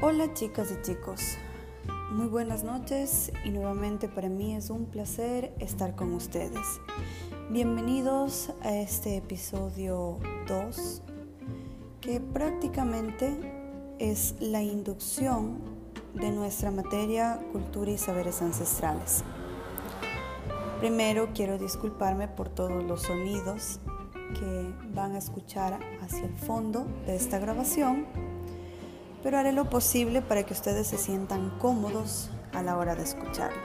Hola chicas y chicos, muy buenas noches y nuevamente para mí es un placer estar con ustedes. Bienvenidos a este episodio 2 que prácticamente es la inducción de nuestra materia cultura y saberes ancestrales. Primero quiero disculparme por todos los sonidos que van a escuchar hacia el fondo de esta grabación, pero haré lo posible para que ustedes se sientan cómodos a la hora de escucharlo.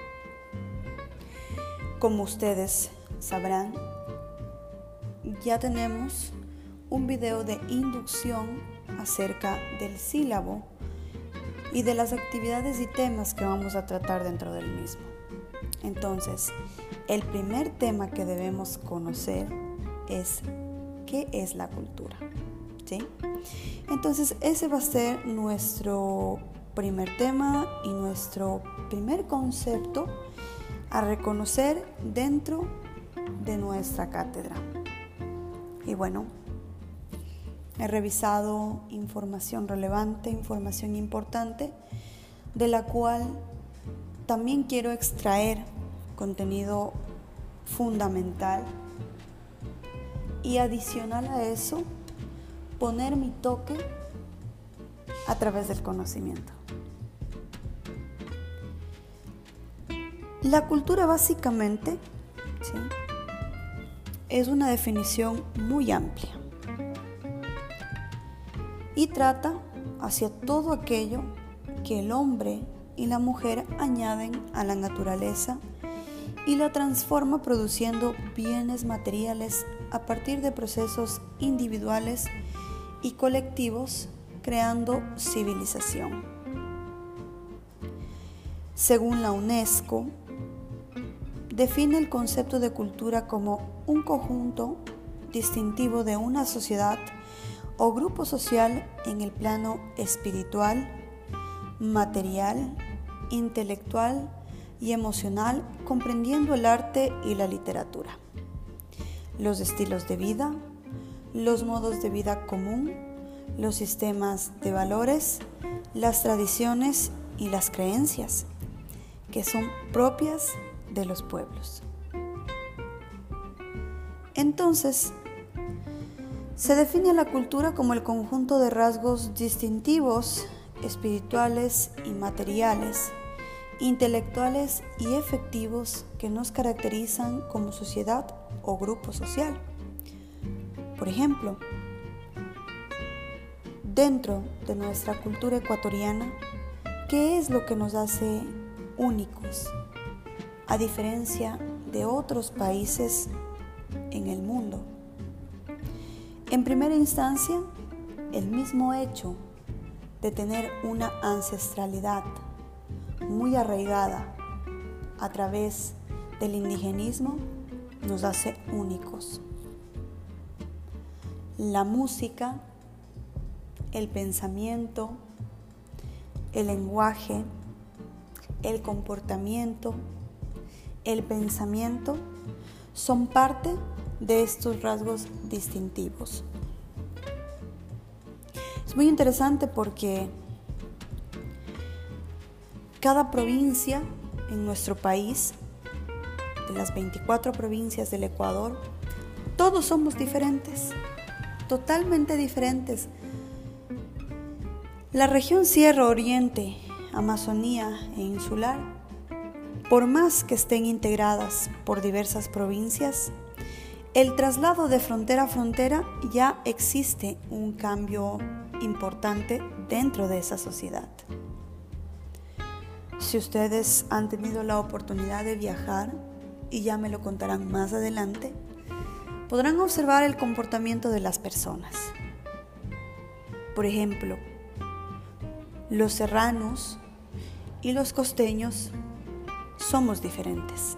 Como ustedes sabrán, ya tenemos un video de inducción acerca del sílabo y de las actividades y temas que vamos a tratar dentro del mismo. Entonces, el primer tema que debemos conocer es ¿qué es la cultura? ¿Sí? Entonces, ese va a ser nuestro primer tema y nuestro primer concepto a reconocer dentro de nuestra cátedra. Y bueno, he revisado información relevante, información importante, de la cual también quiero extraer contenido fundamental y adicional a eso, poner mi toque a través del conocimiento. La cultura básicamente, ¿sí?, es una definición muy amplia y trata hacia todo aquello que el hombre y la mujer añaden a la naturaleza y la transforma produciendo bienes materiales a partir de procesos individuales y colectivos, creando civilización. Según la UNESCO, define el concepto de cultura como un conjunto distintivo de una sociedad o grupo social en el plano espiritual, material, intelectual y emocional, comprendiendo el arte y la literatura, los estilos de vida, los modos de vida común, los sistemas de valores, las tradiciones y las creencias que son propias de los pueblos. Entonces, se define a la cultura como el conjunto de rasgos distintivos, espirituales y materiales, intelectuales y efectivos que nos caracterizan como sociedad o grupo social. Por ejemplo, dentro de nuestra cultura ecuatoriana, ¿qué es lo que nos hace únicos, a diferencia de otros países en el mundo? En primera instancia, el mismo hecho de tener una ancestralidad muy arraigada a través del indigenismo nos hace únicos. La música, el pensamiento, el lenguaje, el comportamiento, el pensamiento son parte de estos rasgos distintivos. Es muy interesante porque cada provincia en nuestro país, de las 24 provincias del Ecuador, todos somos diferentes, totalmente diferentes. La región Sierra Oriente, Amazonía e Insular, por más que estén integradas por diversas provincias, el traslado de frontera a frontera ya existe un cambio importante dentro de esa sociedad. Si ustedes han tenido la oportunidad de viajar, y ya me lo contarán más adelante, podrán observar el comportamiento de las personas. Por ejemplo, los serranos y los costeños somos diferentes.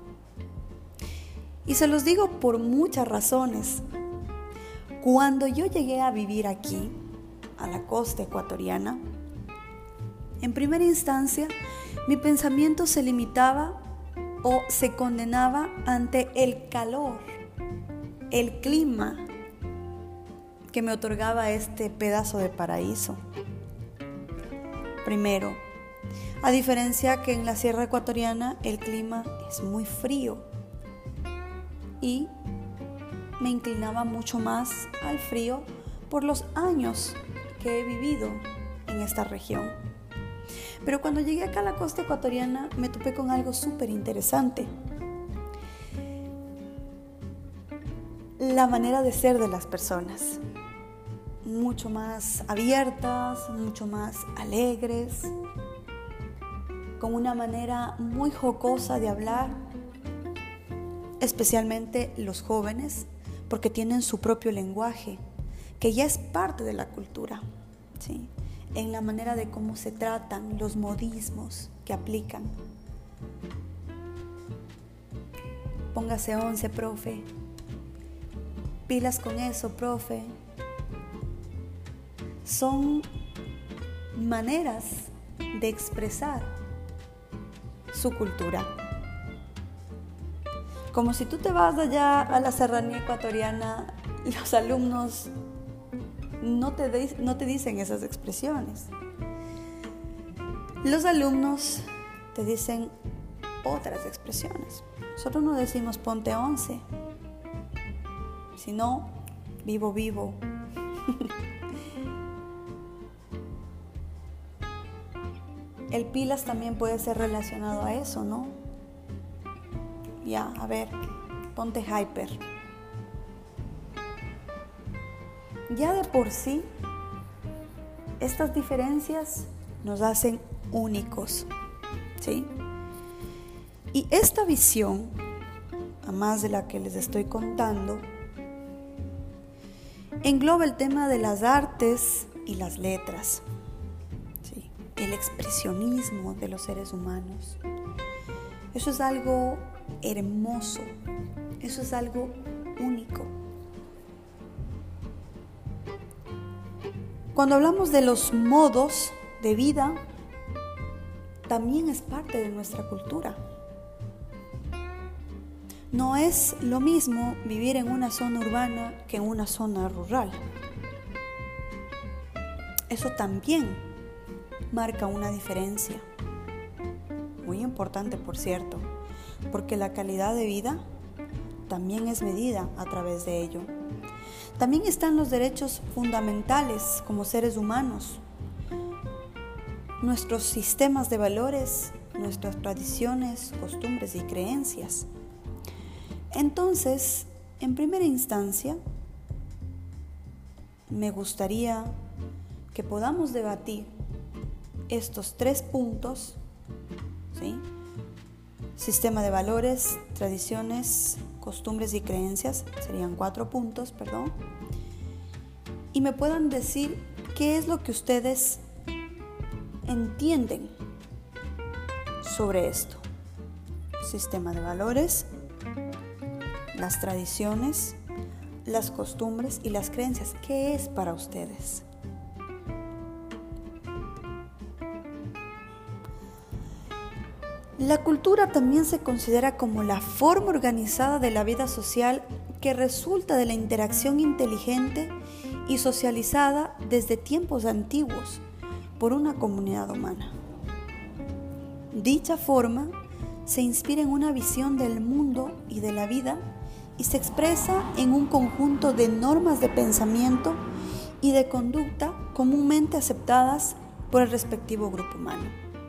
Y se los digo por muchas razones. Cuando yo llegué a vivir aquí, a la costa ecuatoriana, en primera instancia, mi pensamiento se limitaba o se condenaba ante el calor, el clima que me otorgaba este pedazo de paraíso. primero, a diferencia que en la sierra ecuatoriana el clima es muy frío y me inclinaba mucho más al frío por los años que he vivido en esta región. Pero cuando llegué acá a la costa ecuatoriana me topé con algo súper interesante. La manera de ser de las personas, mucho más abiertas, mucho más alegres, con una manera muy jocosa de hablar, especialmente los jóvenes, porque tienen su propio lenguaje, que ya es parte de la cultura, ¿sí? En la manera de cómo se tratan, los modismos que aplican. Póngase 11, profe. Pilas con eso, profe. Son maneras de expresar su cultura. Como si tú te vas allá a la serranía ecuatoriana, los alumnos no te dicen esas expresiones. Los alumnos te dicen otras expresiones. Nosotros no decimos ponte 11, sino vivo. El pilas también puede ser relacionado a eso, ¿no? Ya, a ver, ponte hyper. Ya de por sí, estas diferencias nos hacen únicos, ¿sí? Y esta visión, además de la que les estoy contando, engloba el tema de las artes y las letras, ¿sí? El expresionismo de los seres humanos. Eso es algo hermoso, eso es algo único. Cuando hablamos de los modos de vida, también es parte de nuestra cultura. No es lo mismo vivir en una zona urbana que en una zona rural. Eso también marca una diferencia, muy importante, por cierto, porque la calidad de vida también es medida a través de ello. También están los derechos fundamentales como seres humanos, nuestros sistemas de valores, nuestras tradiciones, costumbres y creencias. Entonces, en primera instancia, me gustaría que podamos debatir estos 3 puntos, ¿sí? Sistema de valores, tradiciones, costumbres y creencias, serían 4 puntos, perdón, y me puedan decir qué es lo que ustedes entienden sobre esto. Sistema de valores, las tradiciones, las costumbres y las creencias. ¿Qué es para ustedes? La cultura también se considera como la forma organizada de la vida social que resulta de la interacción inteligente y socializada desde tiempos antiguos por una comunidad humana. Dicha forma se inspira en una visión del mundo y de la vida y se expresa en un conjunto de normas de pensamiento y de conducta comúnmente aceptadas por el respectivo grupo humano.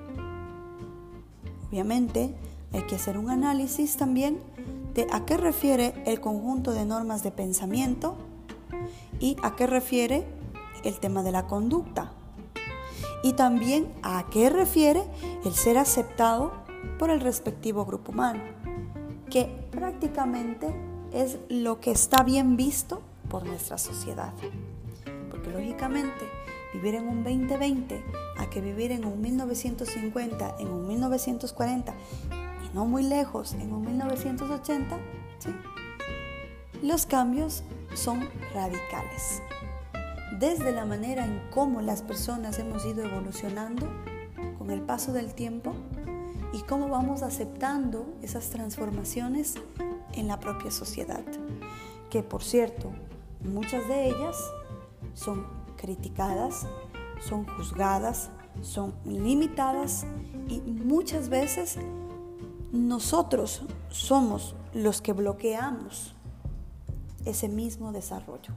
Obviamente, hay que hacer un análisis también de a qué refiere el conjunto de normas de pensamiento y a qué refiere el tema de la conducta. Y también a qué refiere el ser aceptado por el respectivo grupo humano, que prácticamente es lo que está bien visto por nuestra sociedad. Porque lógicamente, vivir en un 2020 a que vivir en un 1950, en un 1940 y no muy lejos, en un 1980, ¿sí? Los cambios son radicales. Desde la manera en cómo las personas hemos ido evolucionando con el paso del tiempo y cómo vamos aceptando esas transformaciones en la propia sociedad, que por cierto, muchas de ellas son criticadas, son juzgadas, son limitadas y muchas veces nosotros somos los que bloqueamos ese mismo desarrollo.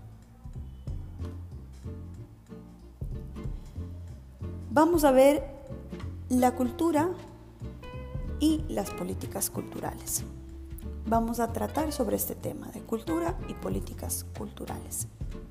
Vamos a ver la cultura y las políticas culturales. Vamos a tratar sobre este tema de cultura y políticas culturales.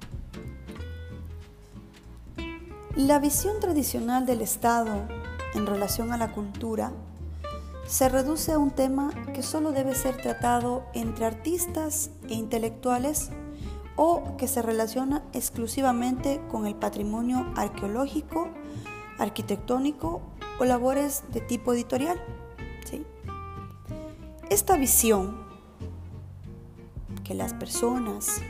La visión tradicional del Estado en relación a la cultura se reduce a un tema que solo debe ser tratado entre artistas e intelectuales o que se relaciona exclusivamente con el patrimonio arqueológico, arquitectónico o labores de tipo editorial. ¿Sí? Esta visión que las personas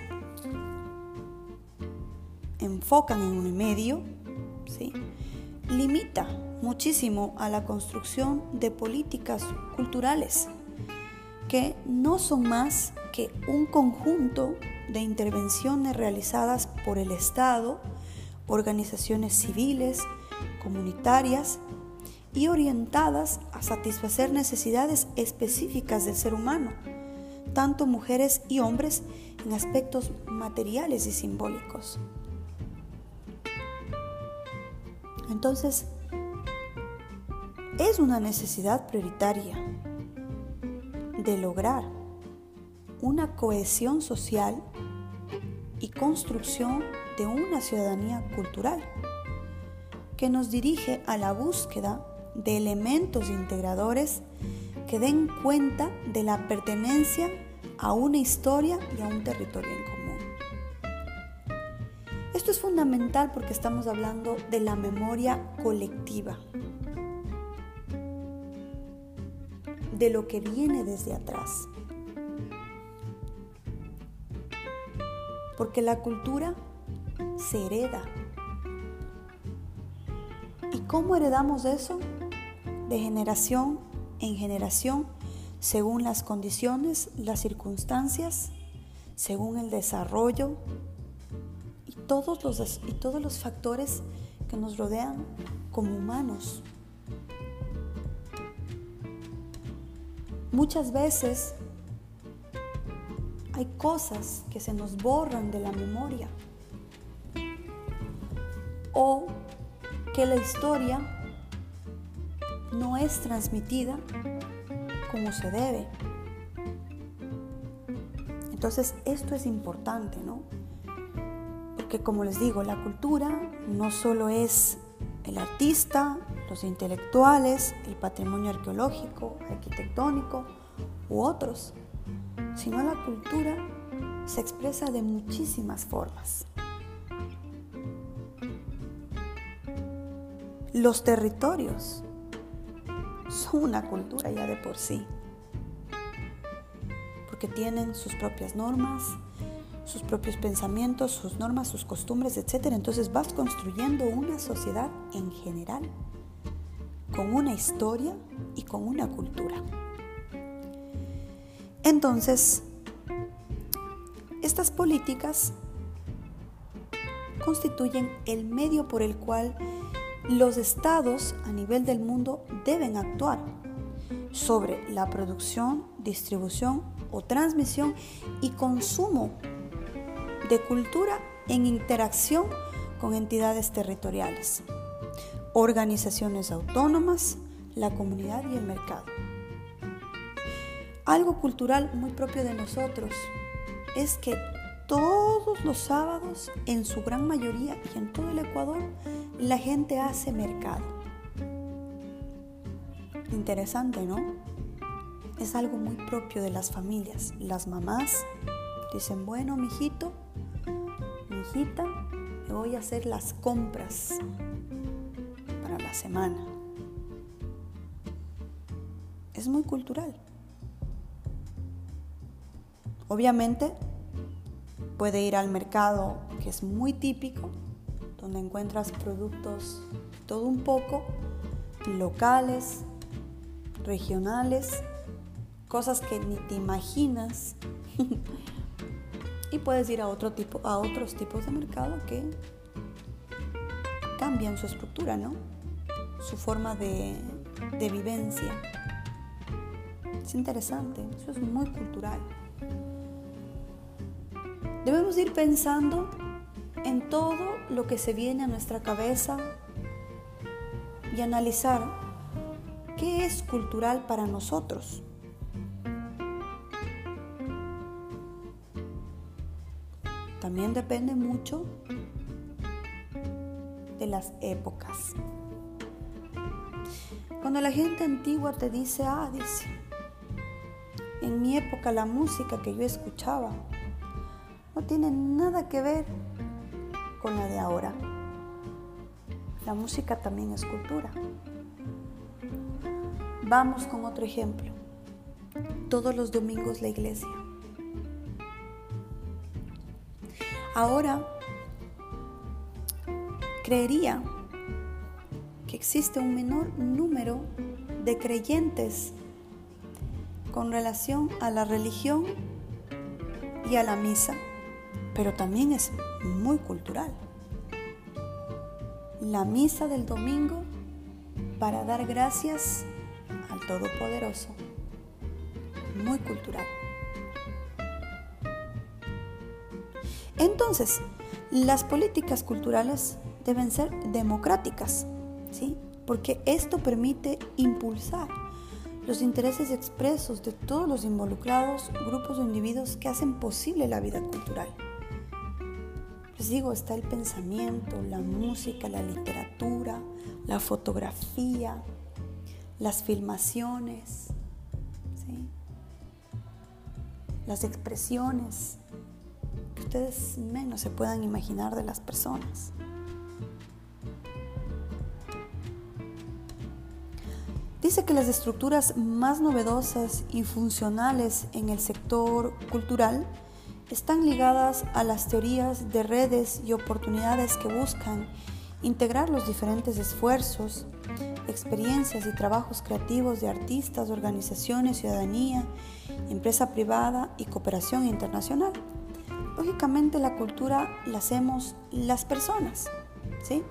enfocan en un medio, ¿sí?, limita muchísimo a la construcción de políticas culturales que no son más que un conjunto de intervenciones realizadas por el Estado, organizaciones civiles, comunitarias y orientadas a satisfacer necesidades específicas del ser humano, tanto mujeres y hombres, en aspectos materiales y simbólicos. Entonces, es una necesidad prioritaria de lograr una cohesión social y construcción de una ciudadanía cultural que nos dirige a la búsqueda de elementos integradores que den cuenta de la pertenencia a una historia y a un territorio en común. Esto es fundamental porque estamos hablando de la memoria colectiva, de lo que viene desde atrás. Porque la cultura se hereda. ¿Y cómo heredamos eso? De generación en generación, según las condiciones, las circunstancias, según el desarrollo y todos los factores que nos rodean como humanos. Muchas veces hay cosas que se nos borran de la memoria o que la historia no es transmitida como se debe. Entonces, esto es importante, ¿no? Porque, como les digo, la cultura no solo es el artista, los intelectuales, el patrimonio arqueológico, arquitectónico u otros, sino la cultura se expresa de muchísimas formas. Los territorios son una cultura ya de por sí, porque tienen sus propias normas, sus propios pensamientos, sus normas, sus costumbres, etc. Entonces vas construyendo una sociedad en general, con una historia y con una cultura. Entonces, estas políticas constituyen el medio por el cual los estados a nivel del mundo deben actuar sobre la producción, distribución o transmisión y consumo de cultura en interacción con entidades territoriales, organizaciones autónomas, la comunidad y el mercado. Algo cultural muy propio de nosotros es que todos los sábados, en su gran mayoría y en todo el Ecuador, la gente hace mercado. Interesante, ¿no? Es algo muy propio de las familias. Las mamás dicen, bueno, mijito, mijita, me voy a hacer las compras para la semana. Es muy cultural. Obviamente, puede ir al mercado, que es muy típico, donde encuentras productos todo un poco, locales, regionales, cosas que ni te imaginas. Y puedes ir a otros tipos de mercado que cambian su estructura, ¿no? su forma de vivencia. Es interesante, eso es muy cultural. Debemos ir pensando en todo lo que se viene a nuestra cabeza y analizar qué es cultural para nosotros. También depende mucho de las épocas. Cuando la gente antigua te dice, dice, en mi época la música que yo escuchaba no tiene nada que ver con la de ahora. La música también es cultura. Vamos con otro ejemplo. Todos los domingos la iglesia. Ahora, creería que existe un menor número de creyentes con relación a la religión y a la misa, pero también es muy cultural. La misa del domingo para dar gracias al Todopoderoso, muy cultural. Entonces, las políticas culturales deben ser democráticas, ¿sí? Porque esto permite impulsar los intereses expresos de todos los involucrados, grupos o individuos que hacen posible la vida cultural. Les digo, está el pensamiento, la música, la literatura, la fotografía, las filmaciones, ¿sí? Las expresiones que ustedes menos se puedan imaginar de las personas. Dice que las estructuras más novedosas y funcionales en el sector cultural están ligadas a las teorías de redes y oportunidades que buscan integrar los diferentes esfuerzos, experiencias y trabajos creativos de artistas, organizaciones, ciudadanía, empresa privada y cooperación internacional. Lógicamente la cultura la hacemos las personas, ¿sí?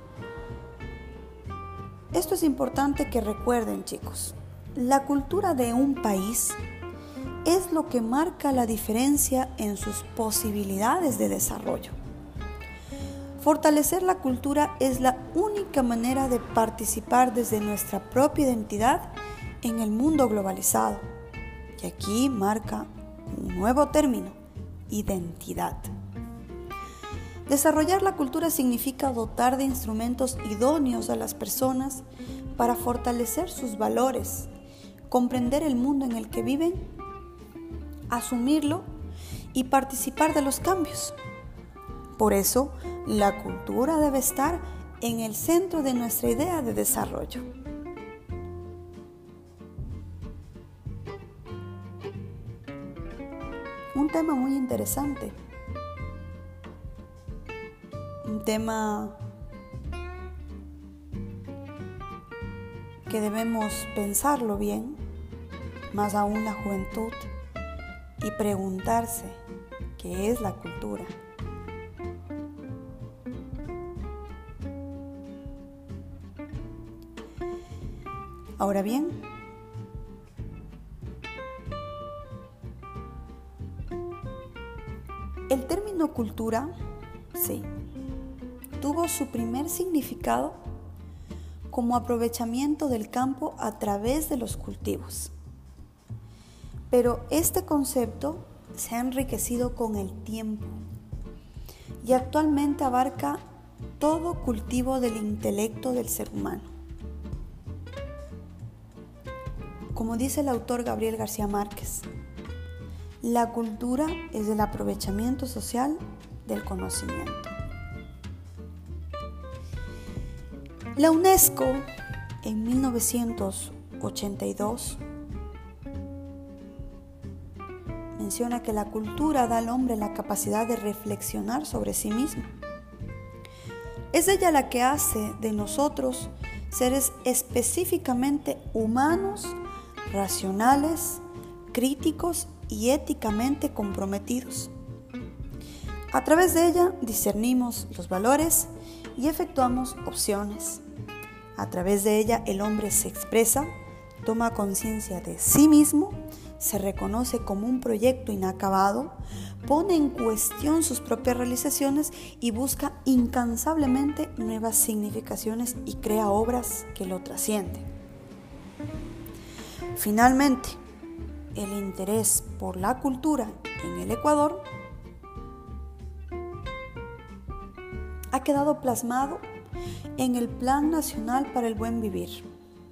Esto es importante que recuerden, chicos. La cultura de un país es lo que marca la diferencia en sus posibilidades de desarrollo. Fortalecer la cultura es la única manera de participar desde nuestra propia identidad en el mundo globalizado. Y aquí marca un nuevo término: identidad. Desarrollar la cultura significa dotar de instrumentos idóneos a las personas para fortalecer sus valores, comprender el mundo en el que viven, asumirlo y participar de los cambios. Por eso, la cultura debe estar en el centro de nuestra idea de desarrollo. Un tema muy interesante. Un tema que debemos pensarlo bien, más aún la juventud, y preguntarse qué es la cultura. Ahora bien, el término cultura, sí, tuvo su primer significado como aprovechamiento del campo a través de los cultivos. Pero este concepto se ha enriquecido con el tiempo y actualmente abarca todo cultivo del intelecto del ser humano. Como dice el autor Gabriel García Márquez, la cultura es el aprovechamiento social del conocimiento. La UNESCO en 1982 menciona que la cultura da al hombre la capacidad de reflexionar sobre sí mismo. Es ella la que hace de nosotros seres específicamente humanos, racionales, críticos y éticamente comprometidos. A través de ella discernimos los valores y efectuamos opciones. A través de ella el hombre se expresa, toma conciencia de sí mismo, se reconoce como un proyecto inacabado, pone en cuestión sus propias realizaciones y busca incansablemente nuevas significaciones y crea obras que lo trascienden. Finalmente, el interés por la cultura en el Ecuador ha quedado plasmado en el Plan Nacional para el Buen Vivir.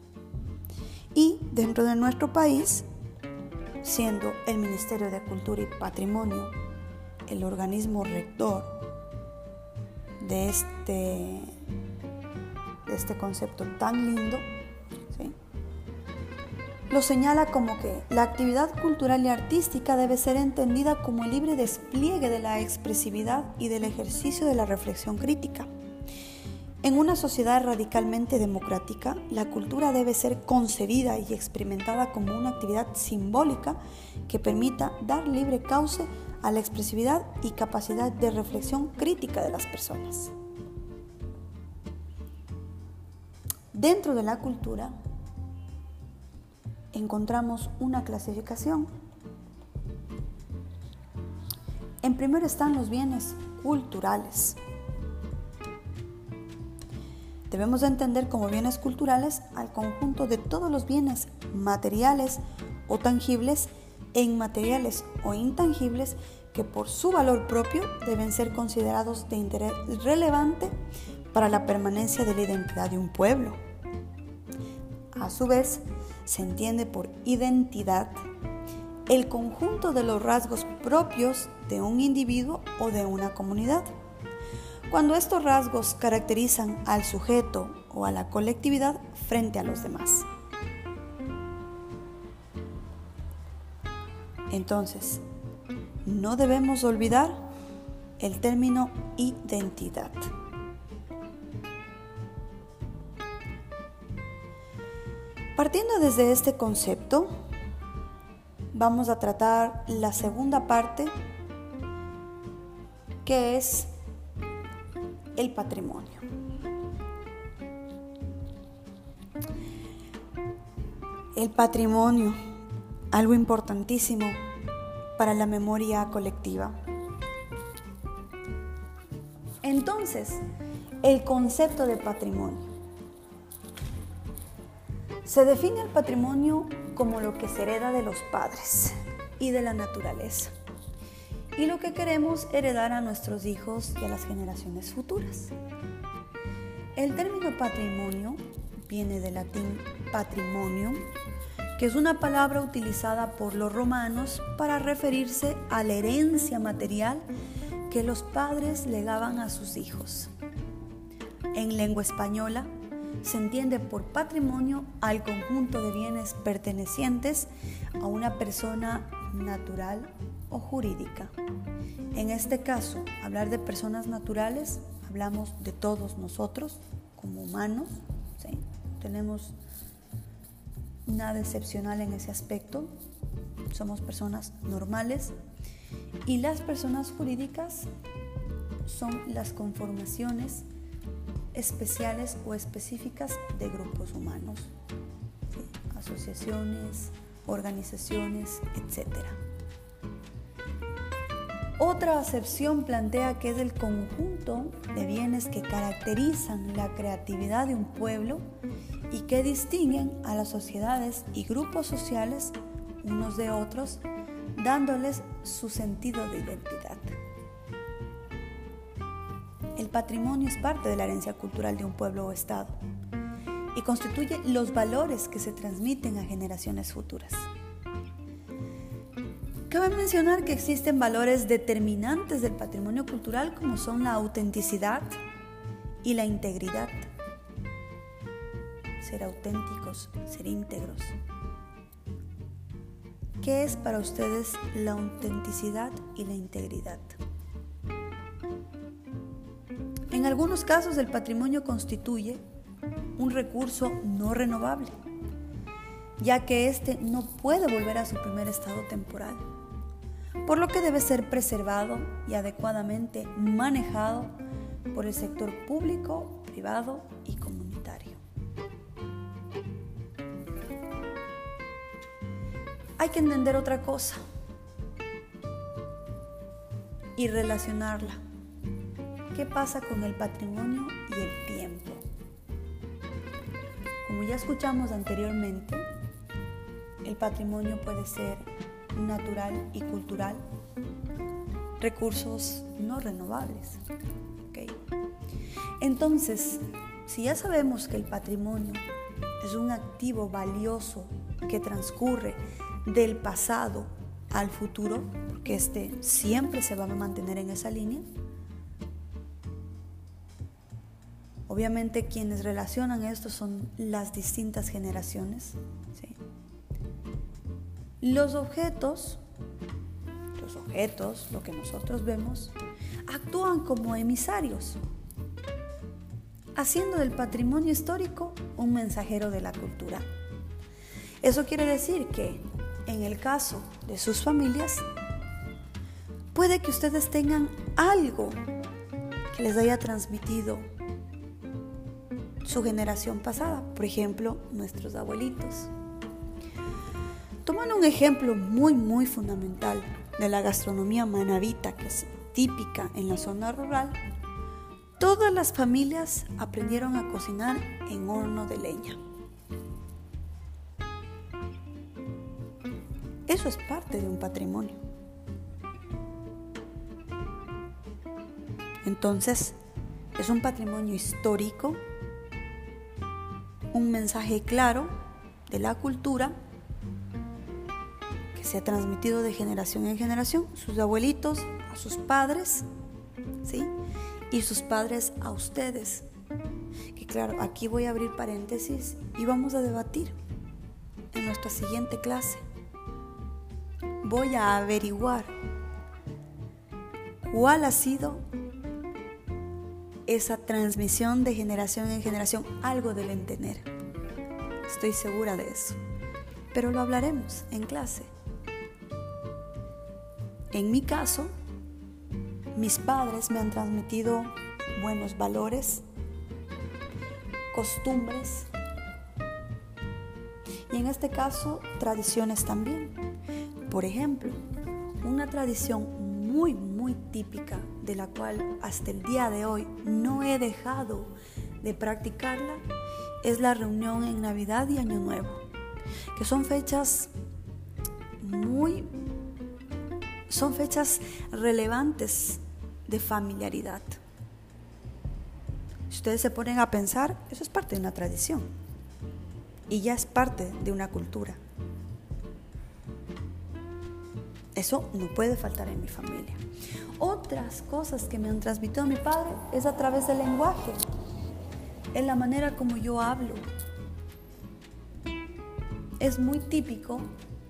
Y dentro de nuestro país, siendo el Ministerio de Cultura y Patrimonio el organismo rector de este concepto tan lindo, ¿sí?, lo señala como que la actividad cultural y artística debe ser entendida como el libre despliegue de la expresividad y del ejercicio de la reflexión crítica. En una sociedad radicalmente democrática, la cultura debe ser concebida y experimentada como una actividad simbólica que permita dar libre cauce a la expresividad y capacidad de reflexión crítica de las personas. Dentro de la cultura encontramos una clasificación. En primero están los bienes culturales. Debemos entender como bienes culturales al conjunto de todos los bienes materiales o tangibles e inmateriales o intangibles que por su valor propio deben ser considerados de interés relevante para la permanencia de la identidad de un pueblo. A su vez, se entiende por identidad el conjunto de los rasgos propios de un individuo o de una comunidad. Cuando estos rasgos caracterizan al sujeto o a la colectividad frente a los demás. Entonces, no debemos olvidar el término identidad. Partiendo desde este concepto, vamos a tratar la segunda parte, que es el patrimonio. El patrimonio, algo importantísimo para la memoria colectiva. Entonces, el concepto de patrimonio. Se define el patrimonio como lo que se hereda de los padres y de la naturaleza, y lo que queremos heredar a nuestros hijos y a las generaciones futuras. El término patrimonio viene del latín patrimonium, que es una palabra utilizada por los romanos para referirse a la herencia material que los padres legaban a sus hijos. En lengua española, se entiende por patrimonio al conjunto de bienes pertenecientes a una persona natural o jurídica. En este caso, hablar de personas naturales, hablamos de todos nosotros como humanos, ¿sí? Tenemos nada excepcional en ese aspecto, somos personas normales, y las personas jurídicas son las conformaciones especiales o específicas de grupos humanos, ¿sí?, asociaciones, organizaciones, etc. Otra acepción plantea que es el conjunto de bienes que caracterizan la creatividad de un pueblo y que distinguen a las sociedades y grupos sociales unos de otros, dándoles su sentido de identidad. El patrimonio es parte de la herencia cultural de un pueblo o estado y constituye los valores que se transmiten a generaciones futuras. Cabe mencionar que existen valores determinantes del patrimonio cultural como son la autenticidad y la integridad. Ser auténticos, ser íntegros. ¿Qué es para ustedes la autenticidad y la integridad? En algunos casos el patrimonio constituye un recurso no renovable, ya que éste no puede volver a su primer estado temporal, por lo que debe ser preservado y adecuadamente manejado por el sector público, privado y comunitario. hay que entender otra cosa y relacionarla. ¿Qué pasa con el patrimonio y el tiempo? Como ya escuchamos anteriormente, el patrimonio puede ser natural y cultural, recursos no renovables. ¿Okay? Entonces, si ya sabemos que el patrimonio es un activo valioso que transcurre del pasado al futuro, porque este siempre se va a mantener en esa línea, obviamente quienes relacionan esto son las distintas generaciones, ¿sí? Los objetos, lo que nosotros vemos, actúan como emisarios, haciendo del patrimonio histórico un mensajero de la cultura. Eso quiere decir que, en el caso de sus familias, puede que ustedes tengan algo que les haya transmitido su generación pasada, por ejemplo, nuestros abuelitos. Tomando un ejemplo muy fundamental de la gastronomía manabita, que es típica en la zona rural, todas las familias aprendieron a cocinar en horno de leña. Eso es parte de un patrimonio. Entonces, es un patrimonio histórico, un mensaje claro de la cultura que se ha transmitido de generación en generación, sus abuelitos a sus padres, ¿sí? Y sus padres a ustedes. Que claro, aquí voy a abrir paréntesis y vamos a debatir en nuestra siguiente clase. Voy a averiguar cuál ha sido esa transmisión de generación en generación, algo deben tener. Estoy segura de eso. Pero lo hablaremos en clase. En mi caso, mis padres me han transmitido buenos valores, costumbres y en este caso tradiciones también. Por ejemplo, una tradición muy típica de la cual hasta el día de hoy no he dejado de practicarla es la reunión en Navidad y Año Nuevo, que son fechas relevantes de familiaridad. Si ustedes se ponen a pensar, eso es parte de una tradición y ya es parte de una cultura. Eso no puede faltar en mi familia. Otras cosas que me han transmitido mi padre es a través del lenguaje, en la manera como yo hablo. Es muy típico,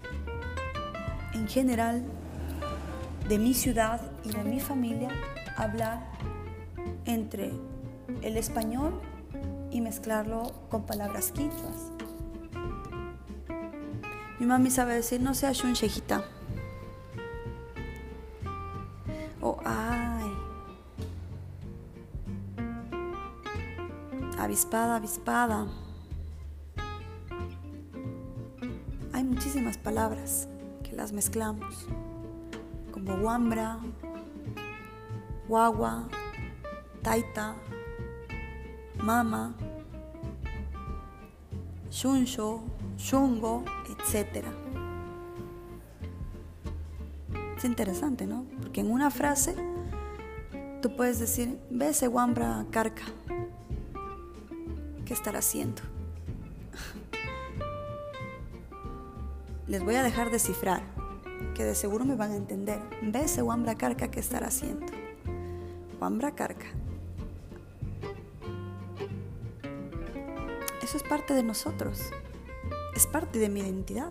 en general, de mi ciudad y de mi familia, hablar entre el español y mezclarlo con palabras quichuas. Mi mami sabe decir, no seas un chejita. O ay, avispada. Hay muchísimas palabras que las mezclamos, como guambra, guagua, taita, mama, shuncho, shungo, etc. Es interesante, ¿no? Porque en una frase tú puedes decir, ve ese guambra carca, ¿qué estará haciendo? Les voy a dejar descifrar, que de seguro me van a entender. Ve ese guambra carca, ¿qué estará haciendo? Guambra carca. Eso es parte de nosotros, es parte de mi identidad.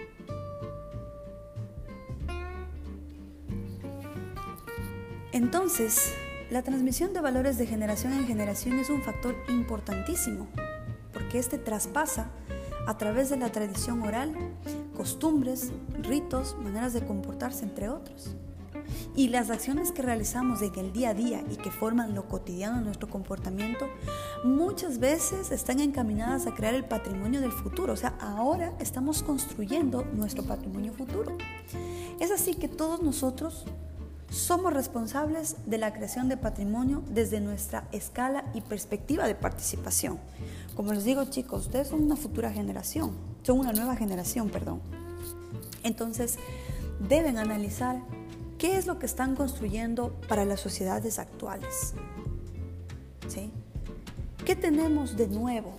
Entonces, la transmisión de valores de generación en generación es un factor importantísimo, porque este traspasa a través de la tradición oral, costumbres, ritos, maneras de comportarse, entre otros. y las acciones que realizamos en el día a día y que forman lo cotidiano de nuestro comportamiento, muchas veces están encaminadas a crear el patrimonio del futuro. O sea, ahora estamos construyendo nuestro patrimonio futuro. Es así que todos nosotros somos responsables de la creación de patrimonio desde nuestra escala y perspectiva de participación. Como les digo, chicos, ustedes son una nueva generación. Entonces, deben analizar qué es lo que están construyendo para las sociedades actuales. ¿Sí? ¿Qué tenemos de nuevo?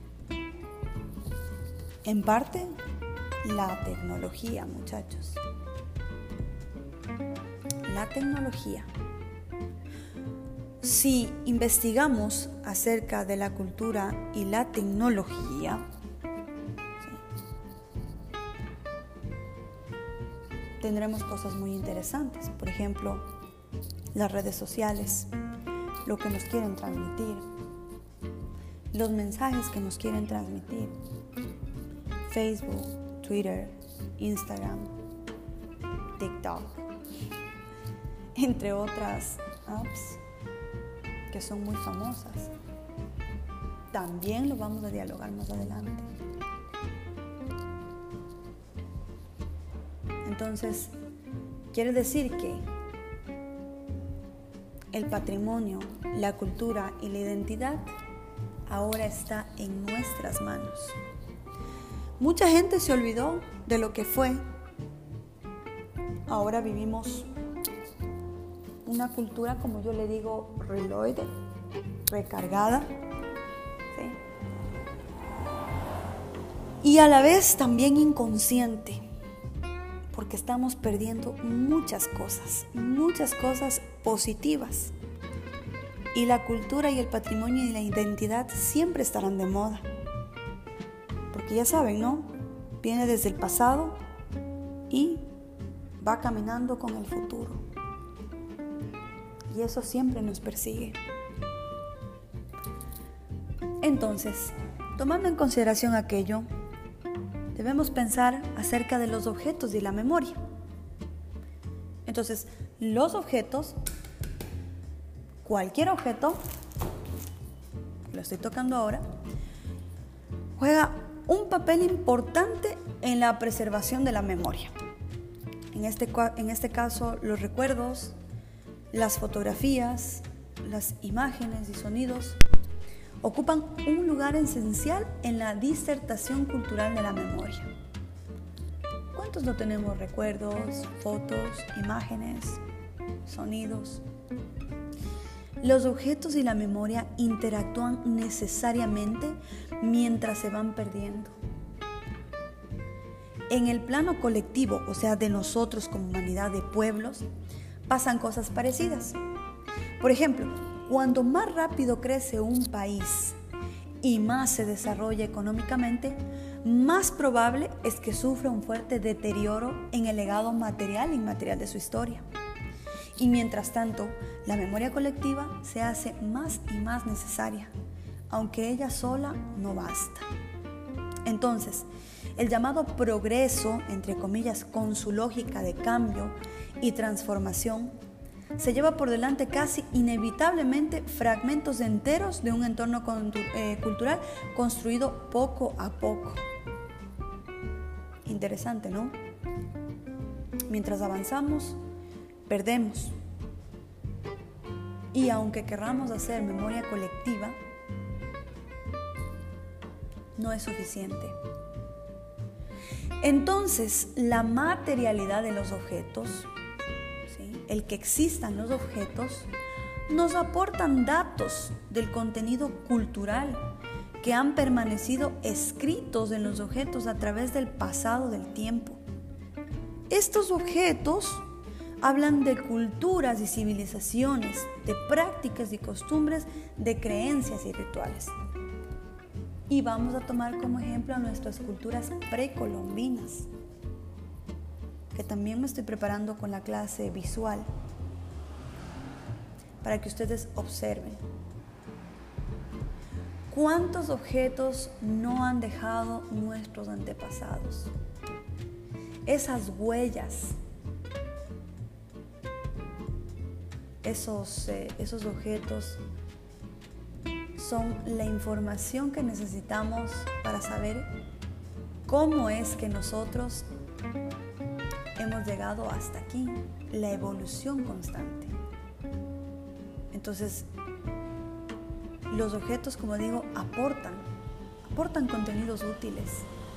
En parte, la tecnología, muchachos. La tecnología. Si investigamos acerca de la cultura y la tecnología, tendremos cosas muy interesantes. Por ejemplo, las redes sociales, lo que nos quieren transmitir, los mensajes que nos quieren transmitir, Facebook, Twitter, Instagram, TikTok, entre otras apps que son muy famosas. También lo vamos a dialogar más adelante. Entonces, quiere decir que el patrimonio, la cultura y la identidad ahora está en nuestras manos. Mucha gente se olvidó de lo que fue. Ahora vivimos una cultura, como yo le digo, reloaded, recargada, ¿sí? Y a la vez también inconsciente, porque estamos perdiendo muchas cosas positivas. Y la cultura y el patrimonio y la identidad siempre estarán de moda. Porque ya saben, ¿no? Viene desde el pasado y va caminando con el futuro. Y eso siempre nos persigue. Entonces, tomando en consideración aquello, debemos pensar acerca de los objetos y la memoria. Entonces, los objetos, cualquier objeto, lo estoy tocando ahora, juega un papel importante en la preservación de la memoria. En este caso, los recuerdos, las fotografías, las imágenes y sonidos ocupan un lugar esencial en la disertación cultural de la memoria. ¿Cuántos no tenemos recuerdos, fotos, imágenes, sonidos? Los objetos y la memoria interactúan necesariamente mientras se van perdiendo. En el plano colectivo, o sea, de nosotros como humanidad de pueblos, pasan cosas parecidas. Por ejemplo, cuando más rápido crece un país y más se desarrolla económicamente, más probable es que sufra un fuerte deterioro en el legado material e inmaterial de su historia. Y mientras tanto, la memoria colectiva se hace más y más necesaria, aunque ella sola no basta. Entonces, el llamado progreso, entre comillas, con su lógica de cambio y transformación, se lleva por delante casi inevitablemente fragmentos enteros de un entorno cultural construido poco a poco. Interesante, ¿no? Mientras avanzamos, perdemos. Y aunque querramos hacer memoria colectiva, no es suficiente. Entonces, la materialidad de los objetos, ¿sí?, el que existan los objetos, nos aportan datos del contenido cultural que han permanecido escritos en los objetos a través del pasado del tiempo. Estos objetos hablan de culturas y civilizaciones, de prácticas y costumbres, de creencias y rituales. Y vamos a tomar como ejemplo a nuestras culturas precolombinas, que también me estoy preparando con la clase visual para que ustedes observen. ¿Cuántos objetos no han dejado nuestros antepasados? Esas huellas esos objetos son la información que necesitamos para saber cómo es que nosotros hemos llegado hasta aquí, la evolución constante. Entonces, los objetos, como digo, aportan contenidos útiles.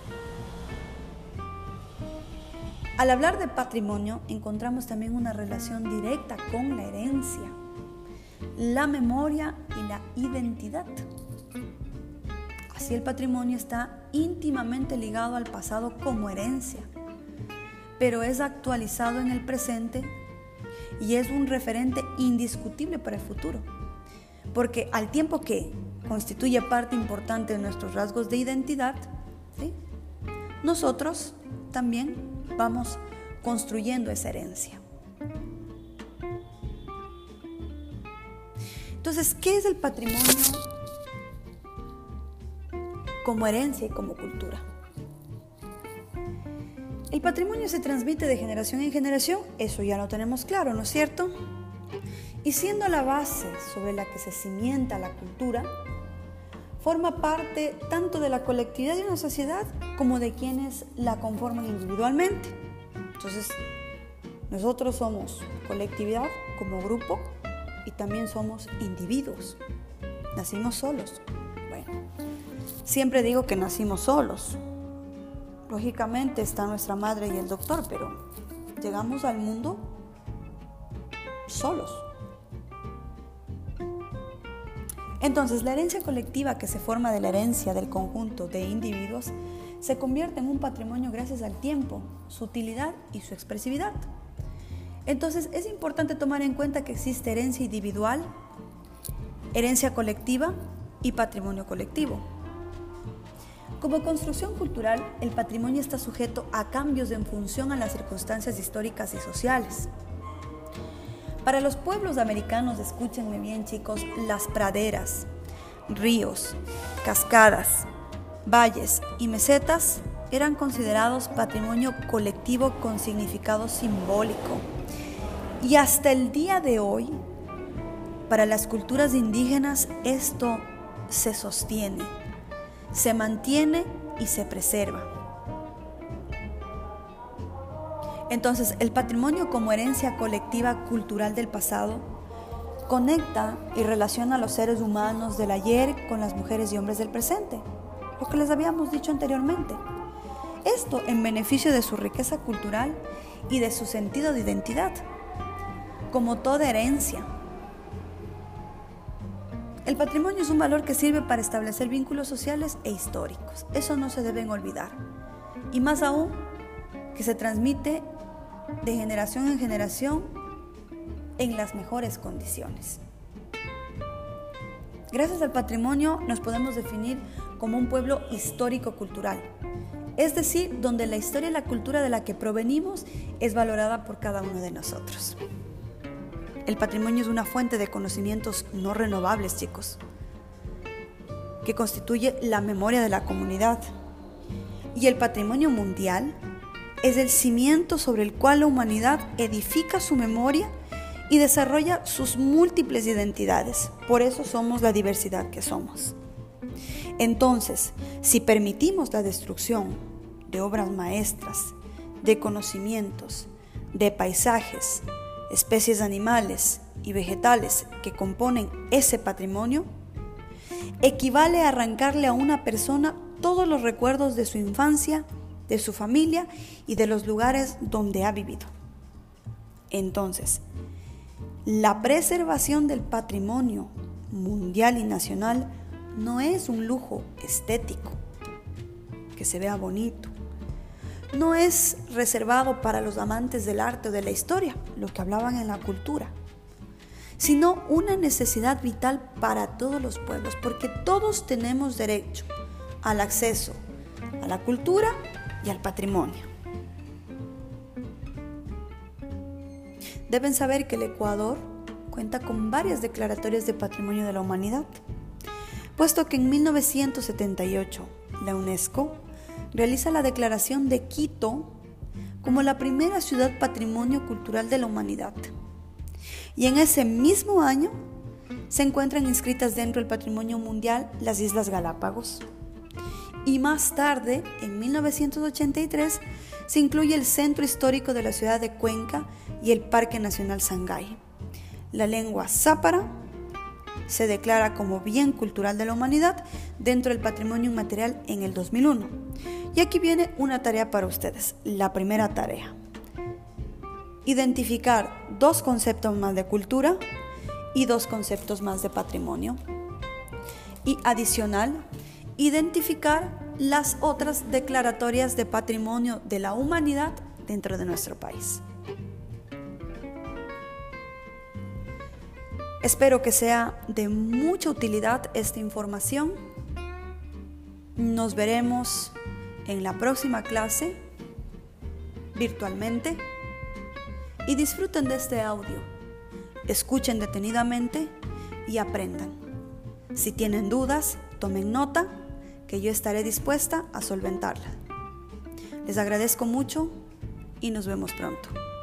Al hablar de patrimonio, encontramos también una relación directa con la herencia, la memoria y la identidad. Así el patrimonio está íntimamente ligado al pasado como herencia, pero es actualizado en el presente y es un referente indiscutible para el futuro, porque al tiempo que constituye parte importante de nuestros rasgos de identidad, ¿sí?, nosotros también vamos construyendo esa herencia. Entonces, ¿qué es el patrimonio como herencia y como cultura? El patrimonio se transmite de generación en generación, eso ya lo tenemos claro, ¿no es cierto? Y siendo la base sobre la que se cimienta la cultura, forma parte tanto de la colectividad de una sociedad como de quienes la conforman individualmente. Entonces, nosotros somos colectividad como grupo y también somos individuos. Nacimos solos. Bueno, siempre digo que nacimos solos. Lógicamente está nuestra madre y el doctor, pero llegamos al mundo solos. Entonces, la herencia colectiva que se forma de la herencia del conjunto de individuos se convierte en un patrimonio gracias al tiempo, su utilidad y su expresividad. Entonces, es importante tomar en cuenta que existe herencia individual, herencia colectiva y patrimonio colectivo. Como construcción cultural, el patrimonio está sujeto a cambios en función a las circunstancias históricas y sociales. Para los pueblos americanos, escúchenme bien chicos, las praderas, ríos, cascadas, valles y mesetas eran considerados patrimonio colectivo con significado simbólico. Y hasta el día de hoy, para las culturas indígenas esto se sostiene, se mantiene y se preserva. Entonces, el patrimonio como herencia colectiva cultural del pasado conecta y relaciona a los seres humanos del ayer con las mujeres y hombres del presente, lo que les habíamos dicho anteriormente. Esto en beneficio de su riqueza cultural y de su sentido de identidad, como toda herencia. El patrimonio es un valor que sirve para establecer vínculos sociales e históricos. Eso no se deben olvidar. Y más aún, que se transmite de generación en generación en las mejores condiciones. Gracias al patrimonio nos podemos definir como un pueblo histórico-cultural, es decir, donde la historia y la cultura de la que provenimos es valorada por cada uno de nosotros. El patrimonio es una fuente de conocimientos no renovables, chicos, que constituye la memoria de la comunidad. Y el patrimonio mundial es el cimiento sobre el cual la humanidad edifica su memoria y desarrolla sus múltiples identidades. Por eso somos la diversidad que somos. Entonces, si permitimos la destrucción de obras maestras, de conocimientos, de paisajes, especies animales y vegetales que componen ese patrimonio, equivale a arrancarle a una persona todos los recuerdos de su infancia, de su familia y de los lugares donde ha vivido. Entonces, la preservación del patrimonio mundial y nacional no es un lujo estético, que se vea bonito. No es reservado para los amantes del arte o de la historia, lo que hablaban en la cultura, sino una necesidad vital para todos los pueblos, porque todos tenemos derecho al acceso a la cultura y al patrimonio. Deben saber que el Ecuador cuenta con varias declaratorias de patrimonio de la humanidad, puesto que en 1978 la UNESCO realiza la declaración de Quito como la primera ciudad patrimonio cultural de la humanidad. y en ese mismo año se encuentran inscritas dentro del Patrimonio Mundial las Islas Galápagos. Y más tarde, en 1983, se incluye el Centro Histórico de la Ciudad de Cuenca y el Parque Nacional Sangay. La lengua zápara se declara como Bien Cultural de la Humanidad dentro del Patrimonio Inmaterial en el 2001. Y aquí viene una tarea para ustedes, la primera tarea. Identificar 2 conceptos más de cultura y 2 conceptos más de patrimonio. Y adicional, identificar las otras declaratorias de patrimonio de la humanidad dentro de nuestro país. Espero que sea de mucha utilidad esta información. Nos veremos en la próxima clase virtualmente y disfruten de este audio. Escuchen detenidamente y aprendan. Si tienen dudas, tomen nota, que yo estaré dispuesta a solventarlas. Les agradezco mucho y nos vemos pronto.